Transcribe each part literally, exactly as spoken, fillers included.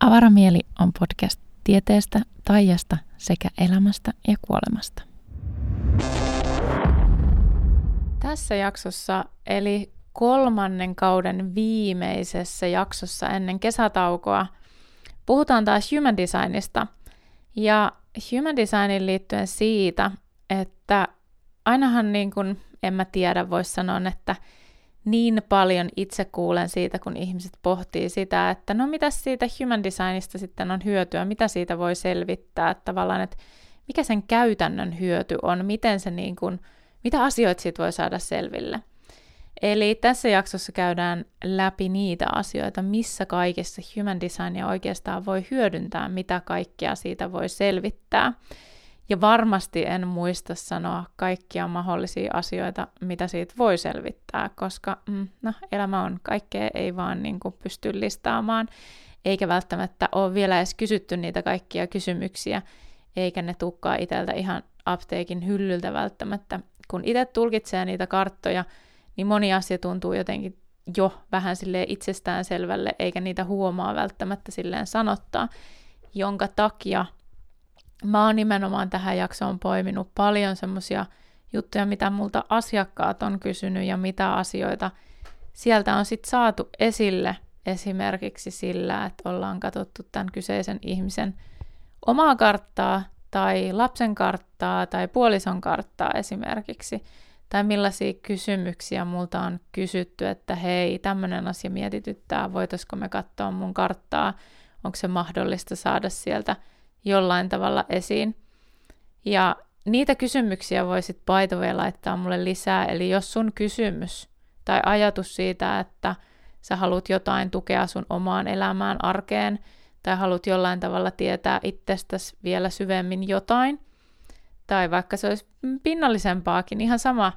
Avaramieli on podcast tieteestä, taijasta sekä elämästä ja kuolemasta. Tässä jaksossa, eli kolmannen kauden viimeisessä jaksossa ennen kesätaukoa, puhutaan taas human designista. Ja human designin liittyen siitä, että ainahan niin kuin, en mä tiedä, voisi sanoa, että niin paljon itse kuulen siitä, kun ihmiset pohtii sitä, että no mitä siitä human designista sitten on hyötyä, mitä siitä voi selvittää, että tavallaan, että mikä sen käytännön hyöty on, miten se niin kuin, mitä asioita siitä voi saada selville. Eli tässä jaksossa käydään läpi niitä asioita, missä kaikessa human designia oikeastaan voi hyödyntää, mitä kaikkea siitä voi selvittää. Ja varmasti en muista sanoa kaikkia mahdollisia asioita, mitä siitä voi selvittää, koska mm, no, elämä on kaikkea, ei vaan niin kuin pysty listaamaan, eikä välttämättä ole vielä edes kysytty niitä kaikkia kysymyksiä, eikä ne tukkaa itseltä ihan apteekin hyllyltä välttämättä. Kun itse tulkitsee niitä karttoja, niin moni asia tuntuu jotenkin jo vähän silleen itsestäänselvälle, eikä niitä huomaa välttämättä silleen sanottaa, jonka takia mä oon nimenomaan tähän jaksoon poiminut paljon semmosia juttuja, mitä multa asiakkaat on kysynyt ja mitä asioita sieltä on sitten saatu esille esimerkiksi sillä, että ollaan katsottu tämän kyseisen ihmisen omaa karttaa tai lapsen karttaa tai puolison karttaa esimerkiksi. Tai millaisia kysymyksiä multa on kysytty, että hei, tämmöinen asia mietityttää, voitaisiko me katsoa mun karttaa, onko se mahdollista saada sieltä jollain tavalla esiin. Ja niitä kysymyksiä voisit by the way laittaa mulle lisää, eli jos sun kysymys tai ajatus siitä, että sä haluat jotain tukea sun omaan elämään, arkeen, tai haluat jollain tavalla tietää itsestäsi vielä syvemmin jotain, tai vaikka se olisi pinnallisempaakin, ihan sama,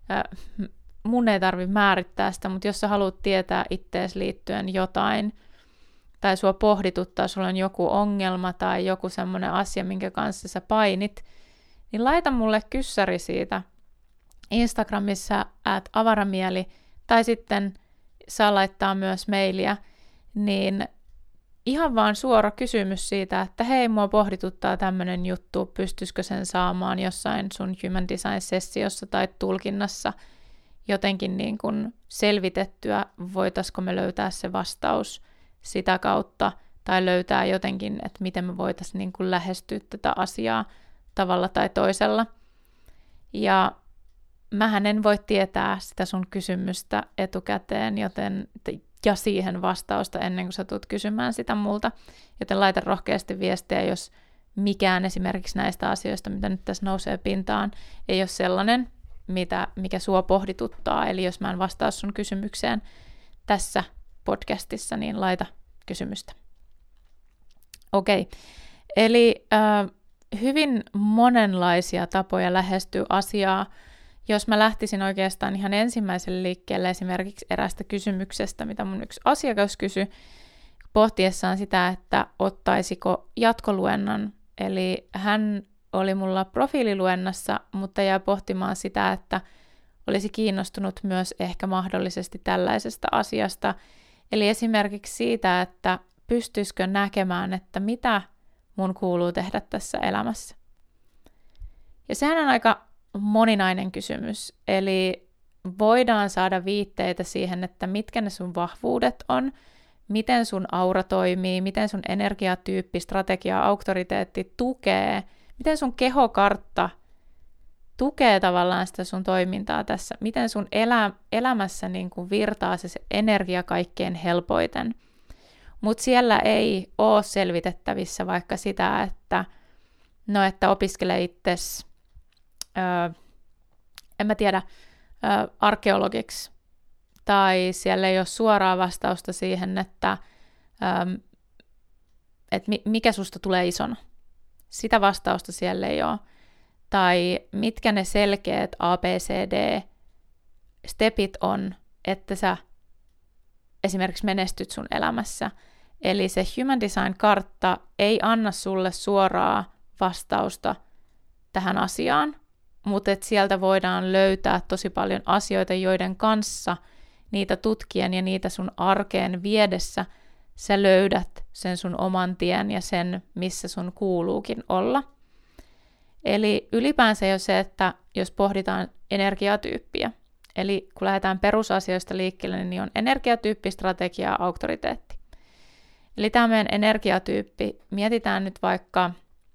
mun ei tarvitse määrittää sitä, mutta jos sä haluat tietää ittees liittyen jotain, tai sua pohdituttaa, sulla on joku ongelma tai joku semmoinen asia, minkä kanssa sä painit, niin laita mulle kyssäri siitä Instagramissa at avaramieli, tai sitten saa laittaa myös mailia, niin ihan vaan suora kysymys siitä, että hei, mua pohdituttaa tämmöinen juttu, pystyisikö sen saamaan jossain sun human design-sessiossa tai tulkinnassa jotenkin niin kuin selvitettyä, voitaisiko me löytää se vastaus sitä kautta, tai löytää jotenkin, että miten me voitaisiin niin kuin lähestyä tätä asiaa tavalla tai toisella. Ja mähän en voi tietää sitä sun kysymystä etukäteen, joten ja siihen vastausta ennen kuin sä tulet kysymään sitä multa. Joten laita rohkeasti viestiä, jos mikään esimerkiksi näistä asioista, mitä nyt tässä nousee pintaan, ei ole sellainen, mitä, mikä sua pohdituttaa. Eli jos mä en vastaa sun kysymykseen tässä podcastissa, niin laita kysymystä. Okei, okay. Eli äh, hyvin monenlaisia tapoja lähestyä asiaa. Jos mä lähtisin oikeastaan ihan ensimmäiselle liikkeelle esimerkiksi erästä kysymyksestä, mitä mun yksi asiakas kysyi, pohtiessaan sitä, että ottaisiko jatkoluennon. Eli hän oli mulla profiililuennassa, mutta jäi pohtimaan sitä, että olisi kiinnostunut myös ehkä mahdollisesti tällaisesta asiasta. Eli esimerkiksi siitä, että pystyisikö näkemään, että mitä mun kuuluu tehdä tässä elämässä. Ja sehän on aika moninainen kysymys, eli voidaan saada viitteitä siihen, että mitkä ne sun vahvuudet on, miten sun aura toimii, miten sun energiatyyppi, strategia, auktoriteetti tukee, miten sun kehokartta tukee tavallaan sitä sun toimintaa tässä, miten sun elä, elämässä niin kuin virtaa se, se energia kaikkein helpoiten. Mutta siellä ei ole selvitettävissä vaikka sitä, että no, että opiskele itsesi Öö, en mä tiedä, öö, arkeologiksi, tai siellä ei ole suoraa vastausta siihen, että öö, et mi- mikä susta tulee isona. Sitä vastausta siellä ei ole. Tai mitkä ne selkeät A B C D-stepit on, että sä esimerkiksi menestyt sun elämässä. Eli se Human Design-kartta ei anna sulle suoraa vastausta tähän asiaan, mutta sieltä voidaan löytää tosi paljon asioita, joiden kanssa niitä tutkien ja niitä sun arkeen viedessä sä löydät sen sun oman tien ja sen, missä sun kuuluukin olla. Eli ylipäänsä jo se, että jos pohditaan energiatyyppiä, eli kun lähdetään perusasioista liikkeelle, niin on energiatyyppi, strategia ja auktoriteetti. Eli tämä meidän energiatyyppi, mietitään nyt vaikka,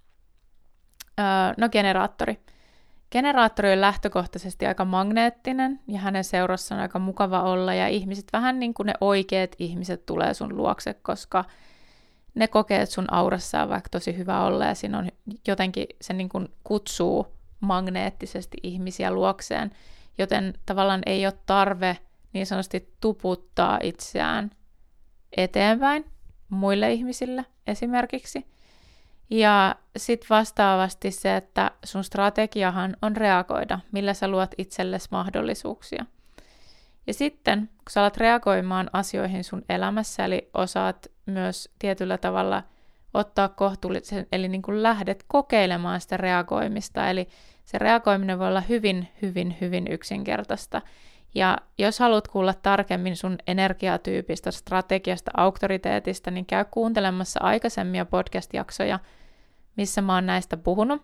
no generaattori. Generaattori on lähtökohtaisesti aika magneettinen ja hänen seurassa on aika mukava olla ja ihmiset, vähän niin kuin ne oikeat ihmiset tulee sun luokse, koska ne kokee, että sun aurassa on vaikka tosi hyvä olla ja siinä on jotenkin, se niin kuin kutsuu magneettisesti ihmisiä luokseen, joten tavallaan ei ole tarve niin sanotusti tuputtaa itseään eteenpäin muille ihmisille esimerkiksi. Ja sitten vastaavasti se, että sun strategiahan on reagoida, millä sä luot itsellesi mahdollisuuksia. Ja sitten, kun sä alat reagoimaan asioihin sun elämässä, eli osaat myös tietyllä tavalla ottaa kohtuullisen, eli niin kuin lähdet kokeilemaan sitä reagoimista, eli se reagoiminen voi olla hyvin, hyvin, hyvin yksinkertaista. Ja jos haluat kuulla tarkemmin sun energiatyypistä, strategiasta, auktoriteetista, niin käy kuuntelemassa aikaisemmia podcast-jaksoja, missä mä oon näistä puhunut.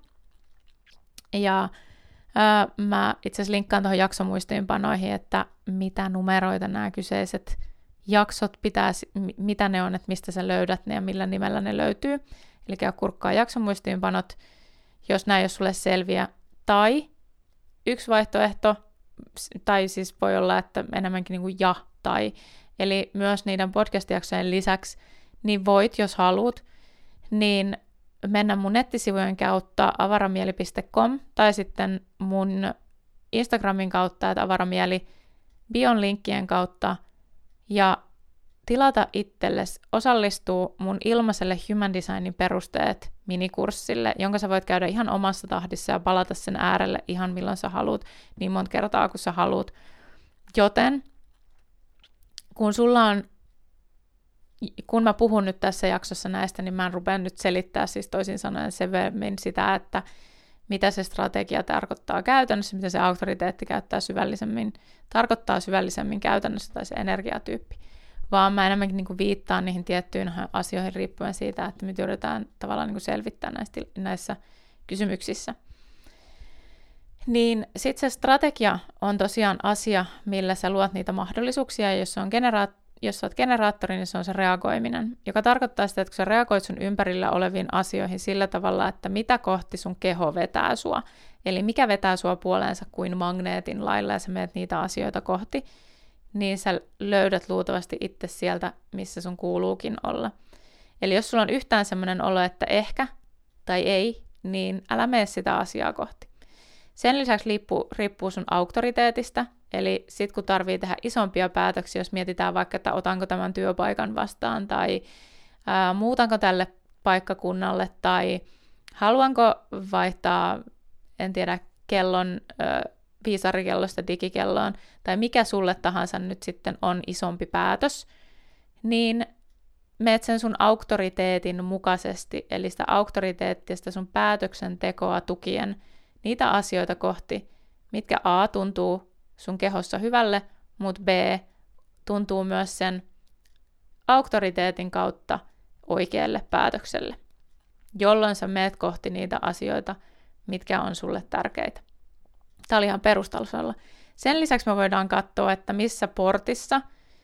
Ja ää, mä itse asiassa linkkaan tuohon jaksomuistiinpanoihin, että mitä numeroita nämä kyseiset jaksot pitäisi, mitä ne on, että mistä sä löydät ne ja millä nimellä ne löytyy. Eli käy kurkkaa jaksomuistiinpanot, jos nämä ei ole sulle selviä. Tai yksi vaihtoehto, tai siis voi olla, että enemmänkin niin kuin ja, tai, eli myös niiden podcast-jaksojen lisäksi, niin voit, jos haluat, niin mennä mun nettisivujen kautta avaramieli piste com tai sitten mun Instagramin kautta, että avaramieli bion linkkien kautta, ja tilata itsellesi, osallistuu mun ilmaiselle Human Designin perusteet minikurssille, jonka sä voit käydä ihan omassa tahdissa ja palata sen äärelle ihan milloin sä haluat, niin monta kertaa kuin sä haluat. Joten kun sulla on, kun mä puhun nyt tässä jaksossa näistä, niin mä en rupea nyt selittää siis toisin sanoen syvemmin sitä, että mitä se strategia tarkoittaa käytännössä, mitä se auktoriteetti käyttää syvällisemmin, tarkoittaa syvällisemmin käytännössä tai se energiatyyppi. Vaan mä enemmänkin niin kuin viittaan niihin tiettyihin asioihin riippuen siitä, että me yritetään tavallaan niin kuin selvittää näistä, näissä kysymyksissä. Niin sitten se strategia on tosiaan asia, millä sä luot niitä mahdollisuuksia, ja jos, se on generaat- jos sä oot generaattori, niin se on se reagoiminen, joka tarkoittaa sitä, että kun sä reagoit sun ympärillä oleviin asioihin sillä tavalla, että mitä kohti sun keho vetää sua, eli mikä vetää sua puoleensa kuin magneetin lailla, ja sä menet niitä asioita kohti, niin sä löydät luultavasti itse sieltä, missä sun kuuluukin olla. Eli jos sulla on yhtään semmoinen olo, että ehkä tai ei, niin älä mene sitä asiaa kohti. Sen lisäksi riippuu, riippuu sun auktoriteetista, eli sit kun tarvii tehdä isompia päätöksiä, jos mietitään vaikka, että otanko tämän työpaikan vastaan, tai ää, muutanko tälle paikkakunnalle, tai haluanko vaihtaa, en tiedä, kellon, ää, viisarikellosta digikelloon, tai mikä sulle tahansa nyt sitten on isompi päätös, niin meet sen sun auktoriteetin mukaisesti, eli sitä auktoriteettia, sitä sun päätöksentekoa tukien niitä asioita kohti, mitkä A tuntuu sun kehossa hyvälle, mutta B tuntuu myös sen auktoriteetin kautta oikealle päätökselle, jolloin sä meet kohti niitä asioita, mitkä on sulle tärkeitä. Tämä oli ihan perustasolla. Sen lisäksi me voidaan katsoa, että missä portissa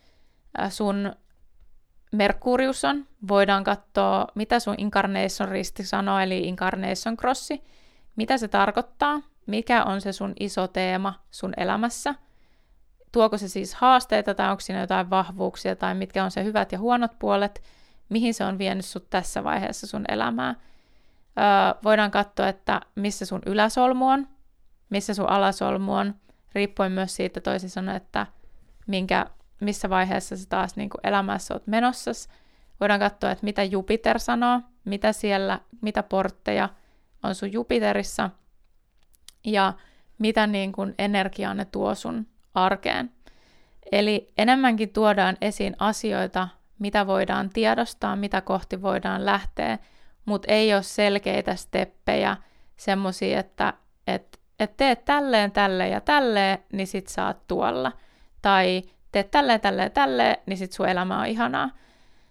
sun Merkurius on. Voidaan katsoa, mitä sun Incarnation risti sanoo, eli Incarnation crossi. Mitä se tarkoittaa? Mikä on se sun iso teema sun elämässä? Tuoko se siis haasteita tai onko siinä jotain vahvuuksia tai mitkä on se hyvät ja huonot puolet? Mihin se on vienyt sut tässä vaiheessa sun elämää? Öö, voidaan katsoa, että missä sun yläsolmu on, missä sun alasolmu on, riippuen myös siitä toisin sanoen, että minkä, missä vaiheessa sä taas niin kuin elämässä oot menossa. Voidaan katsoa, että mitä Jupiter sanoo, mitä siellä, mitä portteja on sun Jupiterissa ja mitä niin kuin energiaa ne tuo sun arkeen. Eli enemmänkin tuodaan esiin asioita, mitä voidaan tiedostaa, mitä kohti voidaan lähteä, mutta ei ole selkeitä steppejä, semmoisia, että et, et teet tälleen, tälleen ja tälleen, niin sit sä oot tuolla. Tai teet tälleen, tälleen, tälleen, niin sit sun elämä on ihanaa.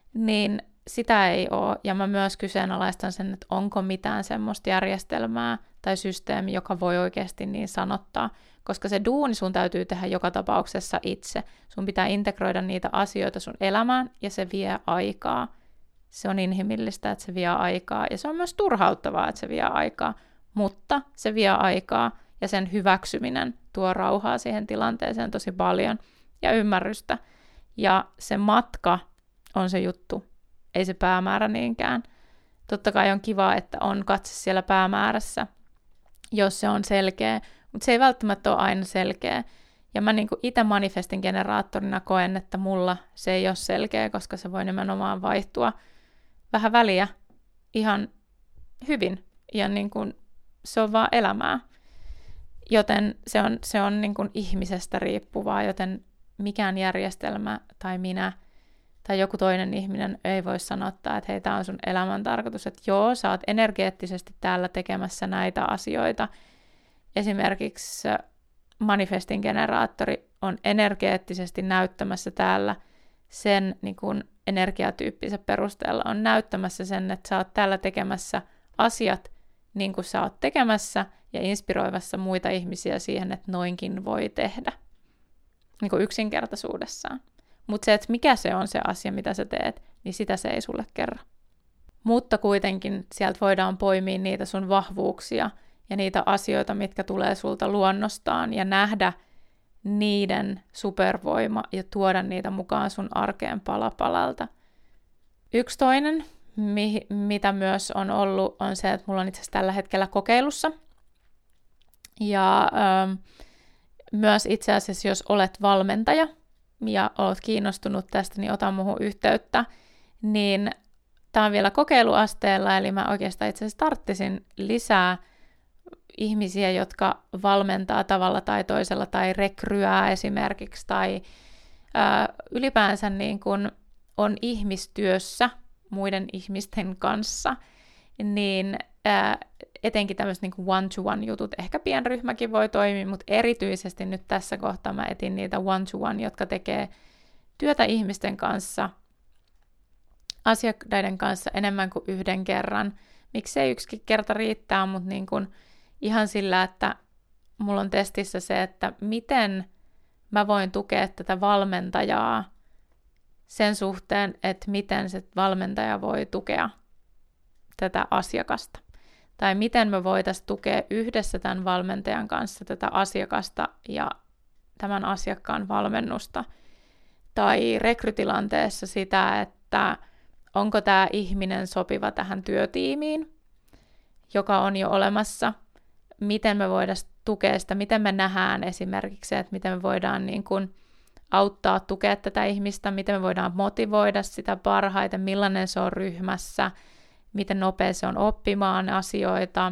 niin sitä ei ole. Ja mä myös kyseenalaistan sen, että onko mitään semmoista järjestelmää tai systeemi, joka voi oikeasti niin sanottaa. Koska se duuni sun täytyy tehdä joka tapauksessa itse. Sun pitää integroida niitä asioita sun elämään ja se vie aikaa. Se on inhimillistä, että se vie aikaa ja se on myös turhauttavaa, että se vie aikaa. Mutta se vie aikaa ja sen hyväksyminen tuo rauhaa siihen tilanteeseen tosi paljon ja ymmärrystä. Ja se matka on se juttu, ei se päämäärä niinkään. Totta kai on kiva, että on katse siellä päämäärässä, jos se on selkeä, mutta se ei välttämättä ole aina selkeä. Ja mä niinku itse manifestin generaattorina koen, että mulla se ei ole selkeä, koska se voi nimenomaan vaihtua vähän väliä ihan hyvin. Ja niinku, se on vaan elämää. Joten se on, se on niinku ihmisestä riippuvaa, joten mikään järjestelmä tai minä tai joku toinen ihminen ei voi sanottaa, että hei, tämä on sun elämän tarkoitus, että joo, sä oot energeettisesti täällä tekemässä näitä asioita. Esimerkiksi manifestin generaattori on energeettisesti näyttämässä täällä sen niin kuin energiatyyppisen perusteella, on näyttämässä sen, että sä oot täällä tekemässä asiat niin kuin sä oot tekemässä ja inspiroivassa muita ihmisiä siihen, että noinkin voi tehdä. Niin kuin yksinkertaisuudessaan. Mutta se, että mikä se on se asia, mitä sä teet, niin sitä se ei sulle kerro. Mutta kuitenkin sieltä voidaan poimia niitä sun vahvuuksia ja niitä asioita, mitkä tulee sulta luonnostaan ja nähdä niiden supervoima ja tuoda niitä mukaan sun arkeen pala palalta. Yksi toinen, mi- mitä myös on ollut, on se, että mulla on itse asiassa tällä hetkellä kokeilussa. Ja ähm, myös itse asiassa, jos olet valmentaja ja olet kiinnostunut tästä, niin ota muuhun yhteyttä, niin tämä on vielä kokeiluasteella, eli mä oikeastaan itse asiassa starttisin lisää ihmisiä, jotka valmentaa tavalla tai toisella, tai rekryää esimerkiksi, tai ää, ylipäänsä niin kun on ihmistyössä muiden ihmisten kanssa, niin ää, etenkin tämmöiset niin kuin one-to-one jutut, ehkä pienryhmäkin voi toimia, mutta erityisesti nyt tässä kohtaa mä etin niitä one-to-one, jotka tekee työtä ihmisten kanssa, asiakkaiden kanssa enemmän kuin yhden kerran. Miksei yksikin kerta riittää, mutta niin kuin ihan sillä, että mulla on testissä se, että miten mä voin tukea tätä valmentajaa sen suhteen, että miten se valmentaja voi tukea tätä asiakasta. Tai miten me voitaisiin tukea yhdessä tämän valmentajan kanssa tätä asiakasta ja tämän asiakkaan valmennusta. Tai rekrytilanteessa sitä, että onko tämä ihminen sopiva tähän työtiimiin, joka on jo olemassa. Miten me voidaan tukea sitä, miten me nähdään esimerkiksi, että miten me voidaan niin kuin auttaa, tukea tätä ihmistä, miten me voidaan motivoida sitä parhaiten, millainen se on ryhmässä, miten nopea se on oppimaan asioita,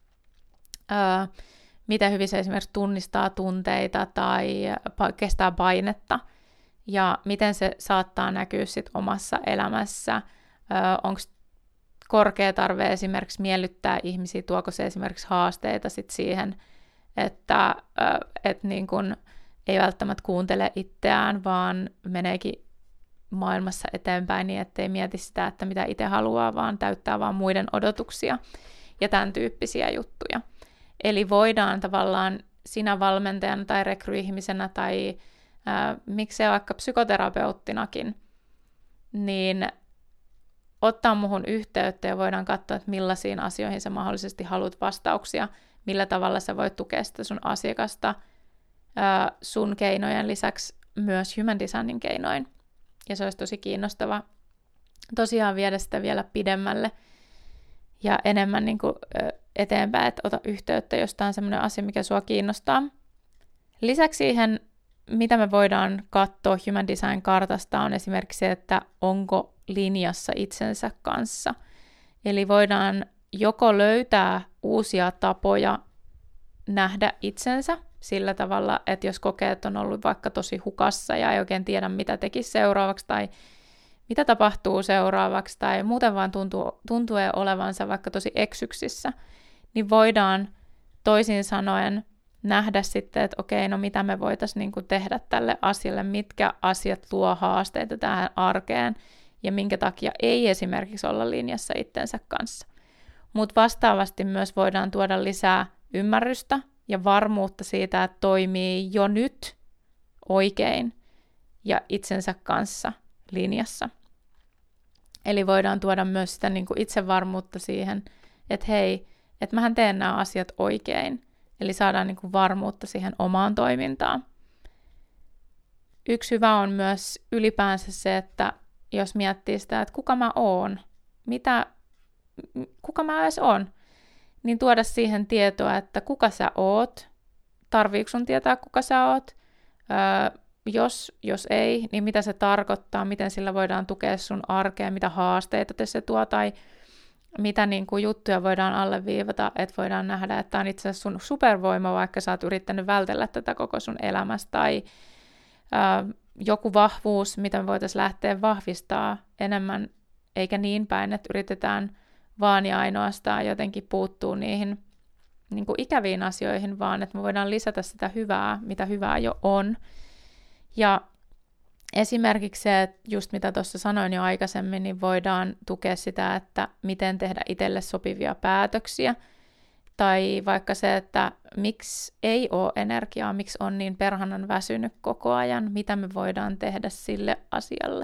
öö, miten hyvin se esimerkiksi tunnistaa tunteita tai kestää painetta, ja miten se saattaa näkyä sit omassa elämässä, öö, onko korkea tarve esimerkiksi miellyttää ihmisiä, tuoko se esimerkiksi haasteita sit siihen, että öö, et niin kun ei välttämättä kuuntele itseään, vaan meneekin maailmassa eteenpäin niin, ettei mieti sitä, että mitä itse haluaa, vaan täyttää vaan muiden odotuksia ja tämän tyyppisiä juttuja. Eli voidaan tavallaan sinä valmentajana tai rekryihmisenä tai ää, miksei vaikka psykoterapeuttinakin, niin ottaa muhun yhteyttä ja voidaan katsoa, että millaisiin asioihin sä mahdollisesti haluat vastauksia, millä tavalla sä voit tukea sitä sun asiakasta ää, sun keinojen lisäksi myös human designin keinoin. Ja se olisi tosi kiinnostava tosiaan viedä sitä vielä pidemmälle ja enemmän niin kuin eteenpäin, että ota yhteyttä, jos tämä on sellainen asia, mikä sua kiinnostaa. Lisäksi siihen, mitä me voidaan katsoa Human Design-kartasta, on esimerkiksi se, että onko linjassa itsensä kanssa. Eli voidaan joko löytää uusia tapoja nähdä itsensä, sillä tavalla, että jos kokee, että on ollut vaikka tosi hukassa ja ei oikein tiedä, mitä tekisi seuraavaksi tai mitä tapahtuu seuraavaksi tai muuten vaan tuntuu, tuntuu olevansa vaikka tosi eksyksissä, niin voidaan toisin sanoen nähdä sitten, että okei, no mitä me voitaisiin niin kuin tehdä tälle asialle, mitkä asiat luo haasteita tähän arkeen ja minkä takia ei esimerkiksi olla linjassa itsensä kanssa. Mutta vastaavasti myös voidaan tuoda lisää ymmärrystä ja varmuutta siitä, että toimii jo nyt oikein ja itsensä kanssa linjassa. Eli voidaan tuoda myös sitä niin kuin itsevarmuutta siihen, että hei, että mähän teen nämä asiat oikein. Eli saadaan niin kuin varmuutta siihen omaan toimintaan. Yksi hyvä on myös ylipäänsä se, että jos miettii sitä, että kuka mä oon, mitä, kuka mä edes oon, niin tuoda siihen tietoa, että kuka sä oot, tarviiko sun tietää, kuka sä oot, öö, jos, jos ei, niin mitä se tarkoittaa, miten sillä voidaan tukea sun arkea, mitä haasteita se tuo, tai mitä niin kuin juttuja voidaan alleviivata, että voidaan nähdä, että tämä on itse asiassa sun supervoima, vaikka sä oot yrittänyt vältellä tätä koko sun elämästä, tai ö, joku vahvuus, mitä me voitaisiin lähteä vahvistaa enemmän, eikä niin päin, että yritetään vaan ja ainoastaan jotenkin puuttuu niihin niin kuin ikäviin asioihin, vaan että me voidaan lisätä sitä hyvää, mitä hyvää jo on. Ja esimerkiksi se, että just mitä tuossa sanoin jo aikaisemmin, niin voidaan tukea sitä, että miten tehdä itselle sopivia päätöksiä. Tai vaikka se, että miksi ei ole energiaa, miksi on niin perhanan väsynyt koko ajan, mitä me voidaan tehdä sille asialle.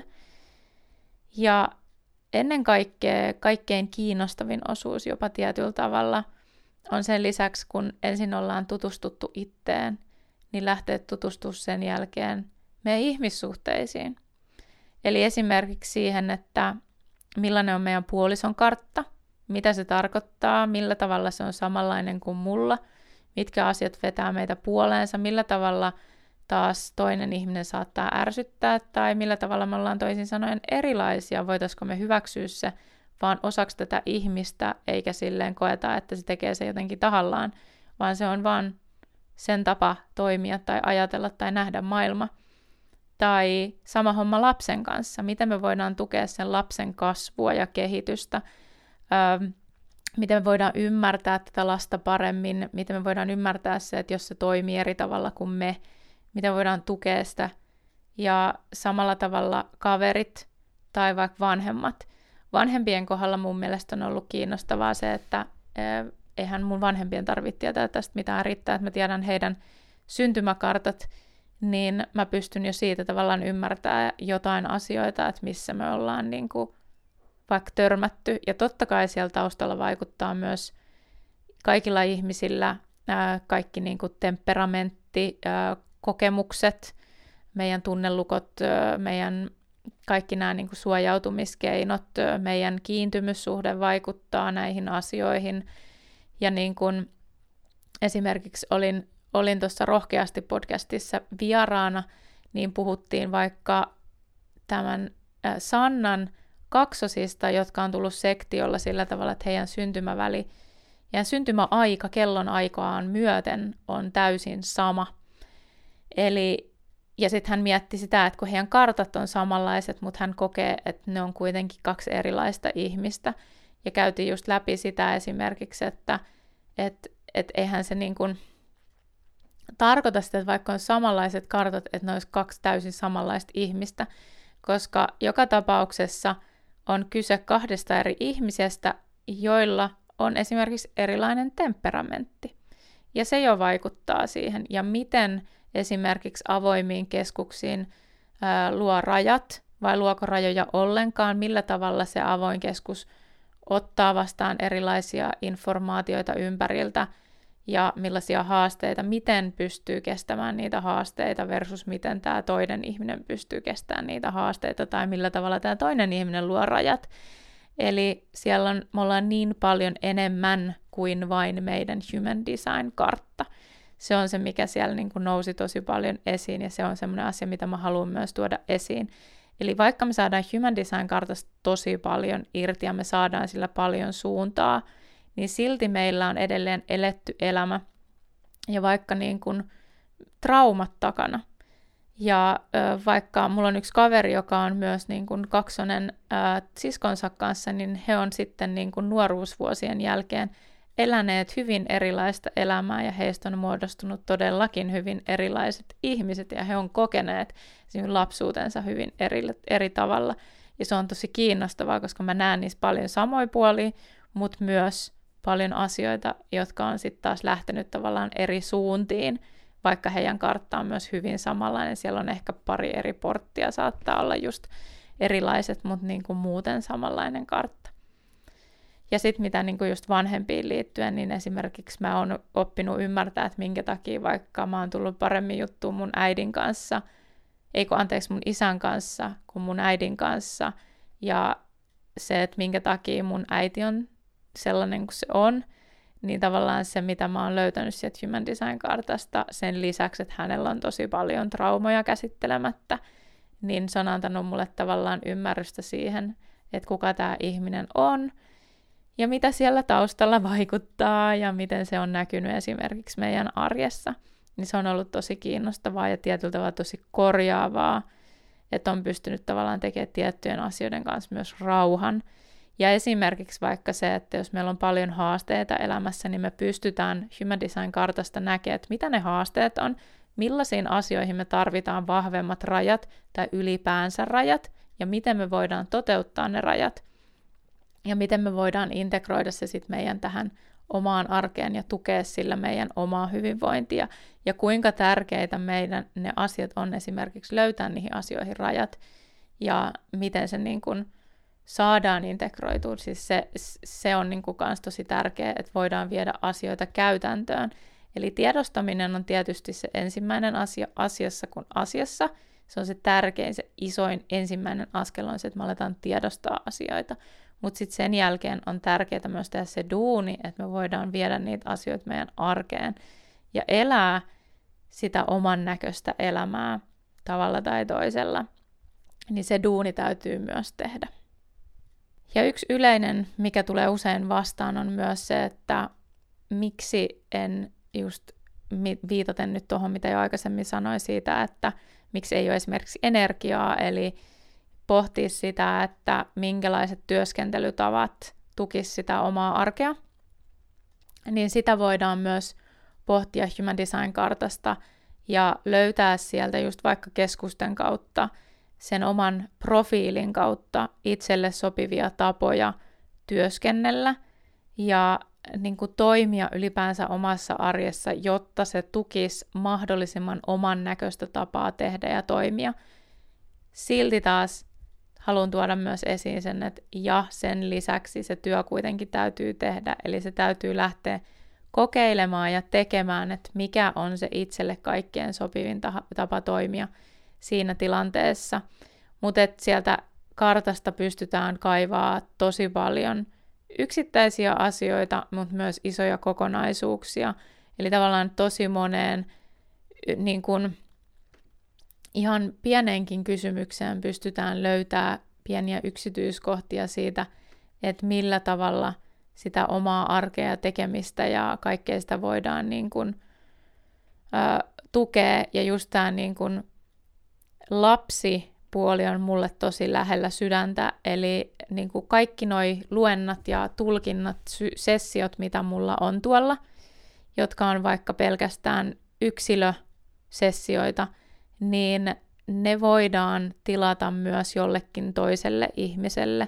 Ja ennen kaikkea kaikkein kiinnostavin osuus jopa tietyllä tavalla on sen lisäksi, kun ensin ollaan tutustuttu itteen, niin lähtee tutustua sen jälkeen meidän ihmissuhteisiin. Eli esimerkiksi siihen, että millainen on meidän puolison kartta, mitä se tarkoittaa, millä tavalla se on samanlainen kuin mulla, mitkä asiat vetää meitä puoleensa, millä tavalla taas toinen ihminen saattaa ärsyttää, tai millä tavalla me ollaan toisin sanoen erilaisia, voitaisiko me hyväksyä se vaan osaksi tätä ihmistä, eikä silleen koeta, että se tekee se jotenkin tahallaan, vaan se on vaan sen tapa toimia tai ajatella tai nähdä maailma. Tai sama homma lapsen kanssa, miten me voidaan tukea sen lapsen kasvua ja kehitystä, öö, miten me voidaan ymmärtää tätä lasta paremmin, miten me voidaan ymmärtää se, että jos se toimii eri tavalla kuin me, miten me voidaan tukea sitä. Ja samalla tavalla kaverit tai vaikka vanhemmat. Vanhempien kohdalla mun mielestä on ollut kiinnostavaa se, että öö, eihän mun vanhempien tarvitse tietää tästä mitään, riittää, että mä tiedän heidän syntymäkartat, niin mä pystyn jo siitä tavallaan ymmärtämään jotain asioita, että missä me ollaan niin kuin vaikka törmätty. Ja totta kai siellä taustalla vaikuttaa myös kaikilla ihmisillä ää, kaikki niin kuin temperamentti, ää, kokemukset, meidän tunnelukot, ää, meidän kaikki nämä niin kuin suojautumiskeinot, ää, meidän kiintymyssuhde vaikuttaa näihin asioihin. Ja niin kuin esimerkiksi olin Olin tuossa Rohkeasti podcastissa vieraana, niin puhuttiin vaikka tämän äh, Sannan kaksosista, jotka on tullut sektiolla sillä tavalla, että heidän syntymäväli ja syntymäaika kellon aikaan myöten on täysin sama. Eli, ja sitten hän mietti sitä, että kun heidän kartat on samanlaiset, mutta hän kokee, että ne on kuitenkin kaksi erilaista ihmistä. Ja käytiin just läpi sitä esimerkiksi, että et, et eihän se niin kuin tarkoita sitä, että vaikka on samanlaiset kartat, että ne olisi kaksi täysin samanlaista ihmistä, koska joka tapauksessa on kyse kahdesta eri ihmisestä, joilla on esimerkiksi erilainen temperamentti. Ja se jo vaikuttaa siihen. Ja miten esimerkiksi avoimiin keskuksiin ää, luo rajat, vai luoko rajoja ollenkaan, millä tavalla se avoin keskus ottaa vastaan erilaisia informaatioita ympäriltä, ja millaisia haasteita, miten pystyy kestämään niitä haasteita versus miten tämä toinen ihminen pystyy kestämään niitä haasteita tai millä tavalla tämä toinen ihminen luo rajat. Eli siellä on, me ollaan niin paljon enemmän kuin vain meidän human design-kartta. Se on se, mikä siellä niin kuin nousi tosi paljon esiin ja se on semmoinen asia, mitä mä haluan myös tuoda esiin. Eli vaikka me saadaan human design-kartasta tosi paljon irti ja me saadaan sillä paljon suuntaa, niin silti meillä on edelleen eletty elämä ja vaikka niin kuin traumat takana. Ja ö, vaikka mulla on yksi kaveri, joka on myös niin kuin kaksonen ö, siskonsa kanssa, niin he on sitten niin kuin nuoruusvuosien jälkeen eläneet hyvin erilaista elämää ja heistä on muodostunut todellakin hyvin erilaiset ihmiset ja he on kokeneet lapsuutensa hyvin eri, eri tavalla. Ja se on tosi kiinnostavaa, koska mä näen niissä paljon samoja puolia, mutta myös paljon asioita, jotka on sitten taas lähtenyt tavallaan eri suuntiin, vaikka heidän kartta on myös hyvin samanlainen. Siellä on ehkä pari eri porttia, saattaa olla just erilaiset, mutta niin kuin muuten samanlainen kartta. Ja sitten mitä niin kuin just vanhempiin liittyen, niin esimerkiksi mä oon oppinut ymmärtää, että minkä takia vaikka mä oon tullut paremmin juttuun mun äidin kanssa, eikö anteeksi mun isän kanssa kuin mun äidin kanssa, ja se, että minkä takia mun äiti on sellainen kuin se on, niin tavallaan se, mitä mä oon löytänyt sieltä Human Design-kartasta, sen lisäksi, että hänellä on tosi paljon traumoja käsittelemättä, niin se on antanut mulle tavallaan ymmärrystä siihen, että kuka tämä ihminen on, ja mitä siellä taustalla vaikuttaa, ja miten se on näkynyt esimerkiksi meidän arjessa. Niin se on ollut tosi kiinnostavaa ja tietyllä tavalla tosi korjaavaa, että on pystynyt tavallaan tekemään tiettyjen asioiden kanssa myös rauhan. Ja esimerkiksi vaikka se, että jos meillä on paljon haasteita elämässä, niin me pystytään Human Design-kartasta näkemään, että mitä ne haasteet on, millaisiin asioihin me tarvitaan vahvemmat rajat tai ylipäänsä rajat, ja miten me voidaan toteuttaa ne rajat, ja miten me voidaan integroida se sitten meidän tähän omaan arkeen ja tukea sillä meidän omaa hyvinvointia, ja kuinka tärkeitä meidän ne asiat on esimerkiksi löytää niihin asioihin rajat, ja miten se niin kuin saadaan integroitua. Siis se, se on niin kuin kans tosi tärkeää, että voidaan viedä asioita käytäntöön. Eli tiedostaminen on tietysti se ensimmäinen asia asiassa kuin asiassa. Se on se tärkein, se isoin ensimmäinen askel on se, että me aletaan tiedostaa asioita. Mutta sitten sen jälkeen on tärkeää myös tehdä se duuni, että me voidaan viedä niitä asioita meidän arkeen ja elää sitä oman näköistä elämää tavalla tai toisella. Niin se duuni täytyy myös tehdä. Ja yksi yleinen, mikä tulee usein vastaan, on myös se, että miksi en just viitaten nyt tuohon, mitä jo aikaisemmin sanoin siitä, että miksi ei ole esimerkiksi energiaa, eli pohtia sitä, että minkälaiset työskentelytavat tukisivat sitä omaa arkea, niin sitä voidaan myös pohtia Human Design-kartasta ja löytää sieltä just vaikka keskusten kautta, sen oman profiilin kautta itselle sopivia tapoja työskennellä ja niin kuin toimia ylipäänsä omassa arjessa, jotta se tukisi mahdollisimman oman näköistä tapaa tehdä ja toimia. Silti taas haluan tuoda myös esiin sen, että ja sen lisäksi se työ kuitenkin täytyy tehdä, eli se täytyy lähteä kokeilemaan ja tekemään, että mikä on se itselle kaikkein sopivin tapa toimia siinä tilanteessa. Mutta sieltä kartasta pystytään kaivaa tosi paljon yksittäisiä asioita, mutta myös isoja kokonaisuuksia. Eli tavallaan tosi moneen niin kun, ihan pieneenkin kysymykseen pystytään löytämään pieniä yksityiskohtia siitä, että millä tavalla sitä omaa arkea ja tekemistä ja kaikkea sitä voidaan niin kun, ä, tukea. Ja just tämä niin kun, lapsipuoli on mulle tosi lähellä sydäntä, eli niin kuin kaikki noi luennat ja tulkinnat, sy- sessiot, mitä mulla on tuolla, jotka on vaikka pelkästään yksilösessioita, niin ne voidaan tilata myös jollekin toiselle ihmiselle.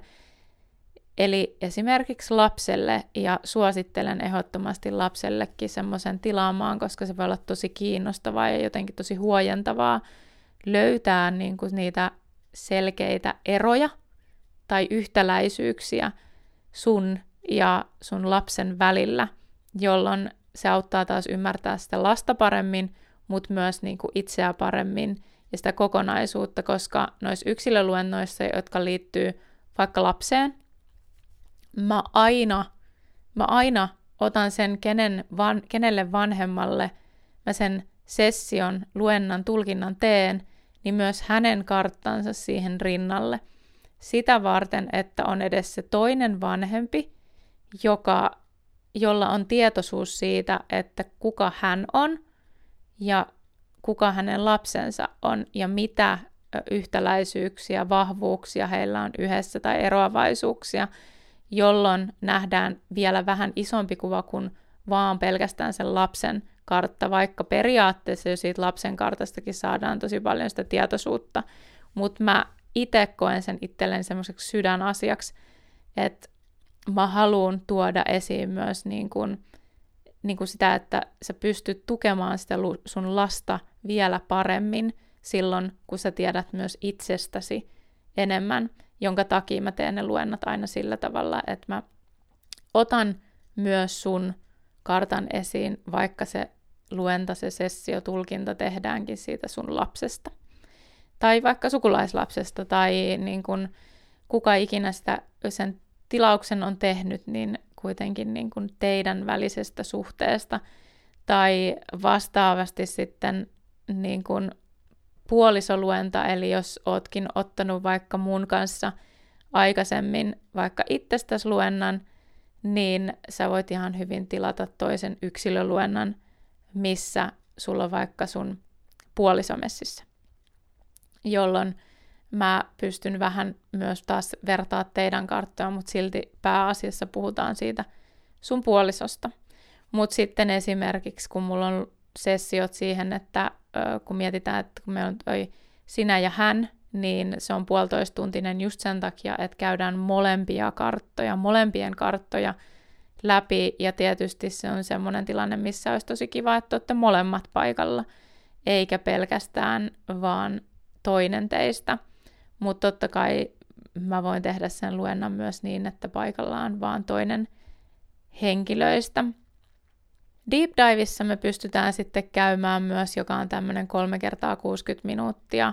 Eli esimerkiksi lapselle, ja suosittelen ehdottomasti lapsellekin semmoisen tilaamaan, koska se voi olla tosi kiinnostavaa ja jotenkin tosi huojentavaa löytää niin kuin niitä selkeitä eroja tai yhtäläisyyksiä sun ja sun lapsen välillä, jolloin se auttaa taas ymmärtää sitä lasta paremmin, mutta myös niin kuin itseä paremmin ja sitä kokonaisuutta, koska noissa yksilöluennoissa, jotka liittyy vaikka lapseen, mä aina, mä aina otan sen, kenen van, kenelle vanhemmalle mä sen session, luennan, tulkinnan teen, niin myös hänen karttansa siihen rinnalle. Sitä varten, että on edes se toinen vanhempi, joka, jolla on tietoisuus siitä, että kuka hän on ja kuka hänen lapsensa on ja mitä yhtäläisyyksiä, vahvuuksia heillä on yhdessä tai eroavaisuuksia, jolloin nähdään vielä vähän isompi kuva kuin vaan pelkästään sen lapsen kartta, vaikka periaatteessa jo siitä lapsen kartastakin saadaan tosi paljon sitä tietoisuutta, mutta mä itse koen sen itselleni semmoiseksi sydänasiaksi, että mä haluan tuoda esiin myös niin kuin, niin kuin sitä, että sä pystyt tukemaan sitä sun lasta vielä paremmin silloin, kun sä tiedät myös itsestäsi enemmän, jonka takia mä teen ne luennat aina sillä tavalla, että mä otan myös sun kartan esiin, vaikka se luenta, se sessio, tulkinta tehdäänkin siitä sun lapsesta. Tai vaikka sukulaislapsesta, tai niin kuin kuka ikinä sitä, sen tilauksen on tehnyt, niin kuitenkin niin kuin teidän välisestä suhteesta. Tai vastaavasti sitten niin kuin puolisoluenta, eli jos ootkin ottanut vaikka mun kanssa aikaisemmin vaikka itsestäsi luennan, niin sä voit ihan hyvin tilata toisen yksilöluennan, missä sulla on vaikka sun puolisomessissä, jolloin mä pystyn vähän myös taas vertaa teidän karttoja, mutta silti pääasiassa puhutaan siitä sun puolisosta. Mutta sitten esimerkiksi, kun mulla on sessiot siihen, että ö, kun mietitään, että kun meillä on toi sinä ja hän, niin se on puolitoistuntinen just sen takia, että käydään molempia karttoja, molempien karttoja läpi, ja tietysti se on semmoinen tilanne, missä olisi tosi kiva, että olette molemmat paikalla, eikä pelkästään vaan toinen teistä. Mutta totta kai mä voin tehdä sen luennan myös niin, että paikalla on vaan toinen henkilöistä. Deep Diveissa me pystytään sitten käymään myös, joka on tämmöinen kolme kertaa kuusikymmentä minuuttia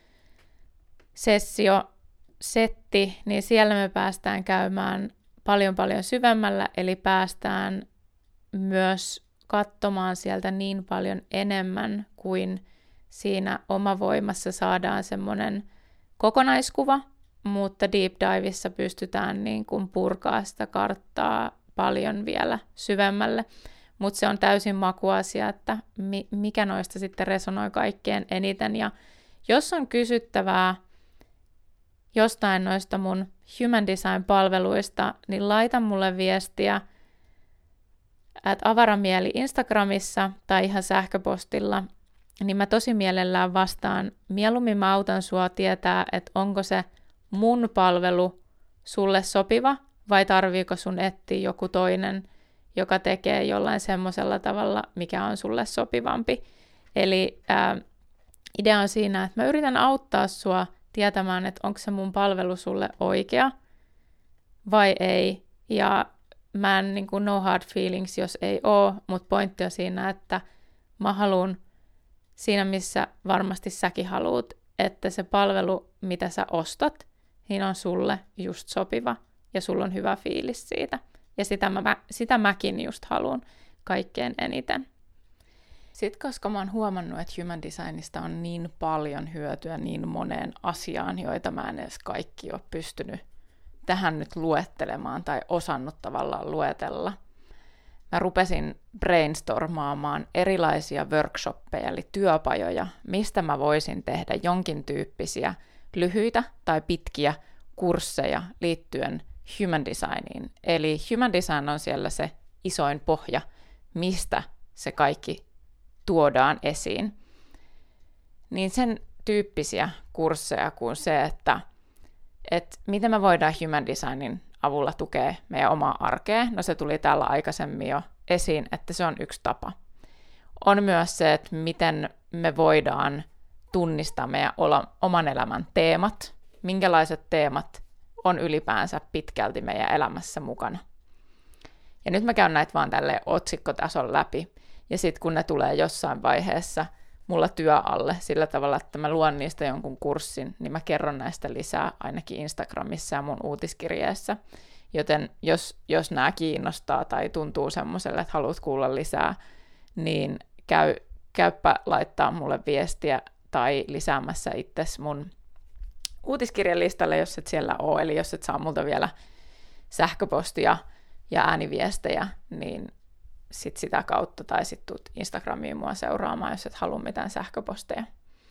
sessio, setti, niin siellä me päästään käymään paljon paljon syvemmällä, eli päästään myös katsomaan sieltä niin paljon enemmän kuin siinä omavoimassa saadaan semmoinen kokonaiskuva, mutta Deep Diveissa pystytään niin kuin purkaa sitä karttaa paljon vielä syvemmälle, mutta se on täysin makuasia, että mi- mikä noista sitten resonoi kaikkein eniten, ja jos on kysyttävää jostain noista mun Human Design-palveluista, niin laita mulle viestiä at avaramieli Instagramissa tai ihan sähköpostilla, niin mä tosi mielellään vastaan. Mieluummin mä autan sua tietää, että onko se mun palvelu sulle sopiva vai tarviiko sun etsiä joku toinen, joka tekee jollain semmoisella tavalla, mikä on sulle sopivampi. Eli ää, idea on siinä, että mä yritän auttaa sua tietämään, että onko se mun palvelu sulle oikea vai ei. Ja mä en niin kuin no hard feelings, jos ei oo, mutta pointti on siinä, että mä haluan siinä, missä varmasti säkin haluut, että se palvelu, mitä sä ostat, niin on sulle just sopiva ja sulla on hyvä fiilis siitä. Ja sitä, mä, sitä mäkin just haluan kaikkein eniten. Sitten koska mä oon huomannut, että Human Designista on niin paljon hyötyä niin moneen asiaan, joita mä en edes kaikki ole pystynyt tähän nyt luettelemaan tai osannut tavallaan luetella. Mä rupesin brainstormaamaan erilaisia workshoppeja eli työpajoja, mistä mä voisin tehdä jonkin tyyppisiä lyhyitä tai pitkiä kursseja liittyen Human Designiin. Eli Human Design on siellä se isoin pohja, mistä se kaikki tuodaan esiin. Niin sen tyyppisiä kursseja kuin se, että, että miten me voidaan Human Designin avulla tukea meidän omaa arkea. No se tuli täällä aikaisemmin jo esiin, että se on yksi tapa. On myös se, että miten me voidaan tunnistaa meidän oman elämän teemat, minkälaiset teemat on ylipäänsä pitkälti meidän elämässä mukana. Ja nyt mä käyn näitä vaan tälleen otsikkotason läpi, ja sitten kun ne tulee jossain vaiheessa mulla työ alle sillä tavalla, että mä luon niistä jonkun kurssin, niin mä kerron näistä lisää ainakin Instagramissa ja mun uutiskirjeessä. Joten jos, jos nämä kiinnostaa tai tuntuu semmoiselle, että haluat kuulla lisää, niin käy, käyppä laittaa mulle viestiä tai lisäämässä itsesi mun uutiskirjan listalle, jos et siellä ole, eli jos et saa multa vielä sähköpostia ja ääniviestejä, niin sit sitä kautta, tai sit tuut Instagramiin mua seuraamaan, jos et halua mitään sähköposteja.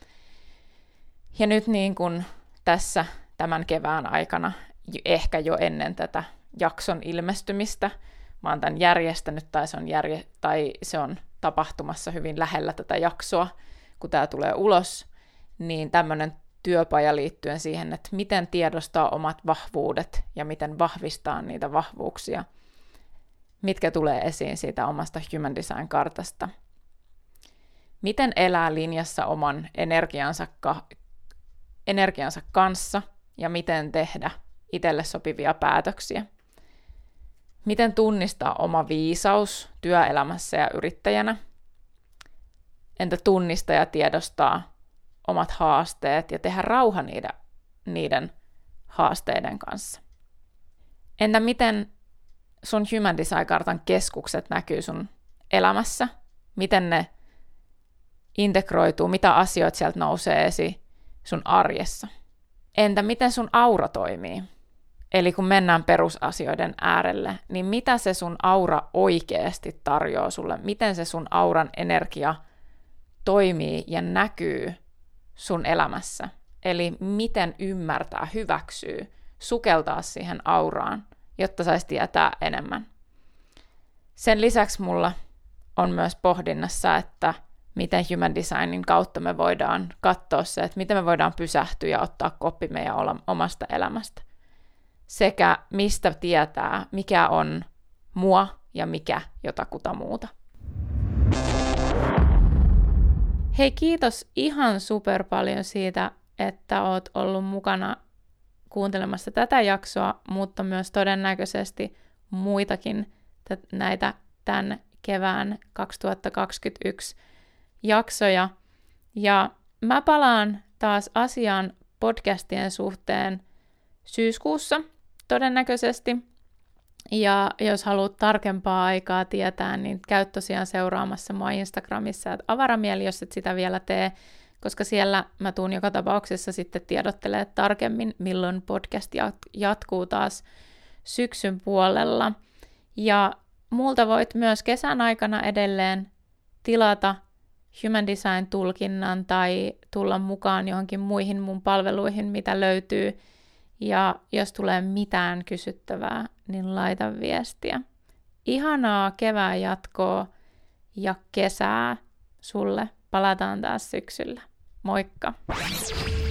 Ja nyt niin kuin tässä tämän kevään aikana, ehkä jo ennen tätä jakson ilmestymistä, mä oon tämän järjestänyt, tai se on, järje- tai se on tapahtumassa hyvin lähellä tätä jaksoa, kun tää tulee ulos, niin tämmönen työpaja liittyen siihen, että miten tiedostaa omat vahvuudet ja miten vahvistaa niitä vahvuuksia, mitkä tulee esiin siitä omasta Human Design-kartasta. Miten elää linjassa oman energiansa, ka- energiansa kanssa ja miten tehdä itselle sopivia päätöksiä. Miten tunnistaa oma viisaus työelämässä ja yrittäjänä. Entä tunnistaa ja tiedostaa omat haasteet ja tehdä rauha niiden, niiden haasteiden kanssa. Entä miten sun Human Design-kartan keskukset näkyy sun elämässä? Miten ne integroituu, mitä asioita sieltä nousee esiin sun arjessa? Entä miten sun aura toimii? Eli kun mennään perusasioiden äärelle, niin mitä se sun aura oikeasti tarjoaa sulle? Miten se sun auran energia toimii ja näkyy sun elämässä? Eli miten ymmärtää, hyväksyy, sukeltaa siihen auraan, jotta saisi tietää enemmän. Sen lisäksi mulla on myös pohdinnassa, että miten Human Designin kautta me voidaan katsoa se, että miten me voidaan pysähtyä ja ottaa koppi meidän omasta elämästä. Sekä mistä tietää, mikä on mua ja mikä jotakuta muuta. Hei, kiitos ihan super paljon siitä, että oot ollut mukana kuuntelemassa tätä jaksoa, mutta myös todennäköisesti muitakin t- näitä tämän kevään kaksituhattakaksikymmentäyksi jaksoja. Ja mä palaan taas asiaan podcastien suhteen syyskuussa todennäköisesti. Ja jos haluat tarkempaa aikaa tietää, niin käy tosiaan seuraamassa mua Instagramissa, että avaramieli, jos et sitä vielä tee, koska siellä mä tuun joka tapauksessa sitten tiedottelemaan tarkemmin, milloin podcast jatkuu taas syksyn puolella. Ja multa voit myös kesän aikana edelleen tilata Human Design-tulkinnan tai tulla mukaan johonkin muihin mun palveluihin, mitä löytyy. Ja jos tulee mitään kysyttävää, niin laita viestiä. Ihanaa kevään jatkoa ja kesää sulle. Palataan taas syksyllä. Moikka!